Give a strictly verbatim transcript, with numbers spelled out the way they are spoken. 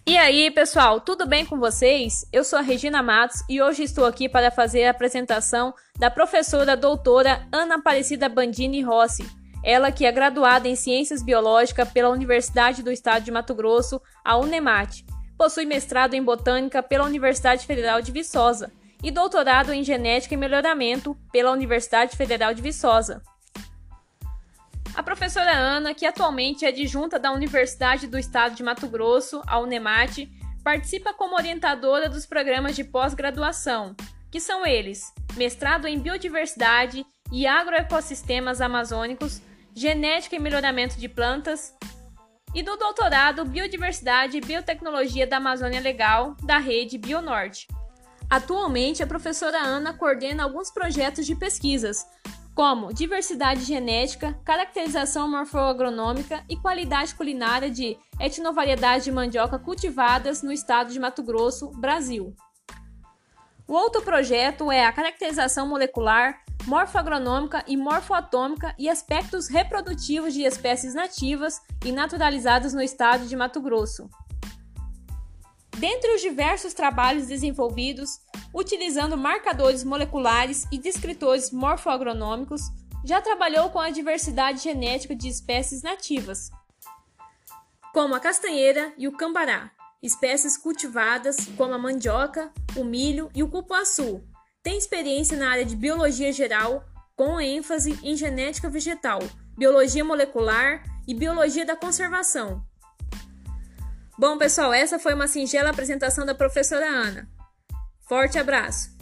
E aí, pessoal, tudo bem com vocês? Eu sou a Regina Matos e hoje estou aqui para fazer a apresentação da professora doutora Ana Aparecida Bandini Rossi. Ela que é graduada em Ciências Biológicas pela Universidade do Estado de Mato Grosso, a UNEMAT. Possui mestrado em Botânica pela Universidade Federal de Viçosa e doutorado em Genética e Melhoramento pela Universidade Federal de Viçosa. A professora Ana, que atualmente é adjunta da Universidade do Estado de Mato Grosso, a UNEMAT, participa como orientadora dos programas de pós-graduação, que são eles: mestrado em Biodiversidade e Agroecossistemas Amazônicos, Genética e Melhoramento de Plantas, e do doutorado Biodiversidade e Biotecnologia da Amazônia Legal, da rede Bionorte. Atualmente, a professora Ana coordena alguns projetos de pesquisas, como diversidade genética, caracterização morfoagronômica e qualidade culinária de etnovariedades de mandioca cultivadas no estado de Mato Grosso, Brasil. O outro projeto é a caracterização molecular, morfoagronômica e morfoatômica e aspectos reprodutivos de espécies nativas e naturalizadas no estado de Mato Grosso. Dentre os diversos trabalhos desenvolvidos, utilizando marcadores moleculares e descritores morfoagronômicos, já trabalhou com a diversidade genética de espécies nativas, como a castanheira e o cambará, espécies cultivadas como a mandioca, o milho e o cupuaçu. Tem experiência na área de biologia geral, com ênfase em genética vegetal, biologia molecular e biologia da conservação. Bom, pessoal, essa foi uma singela apresentação da professora Ana. Forte abraço!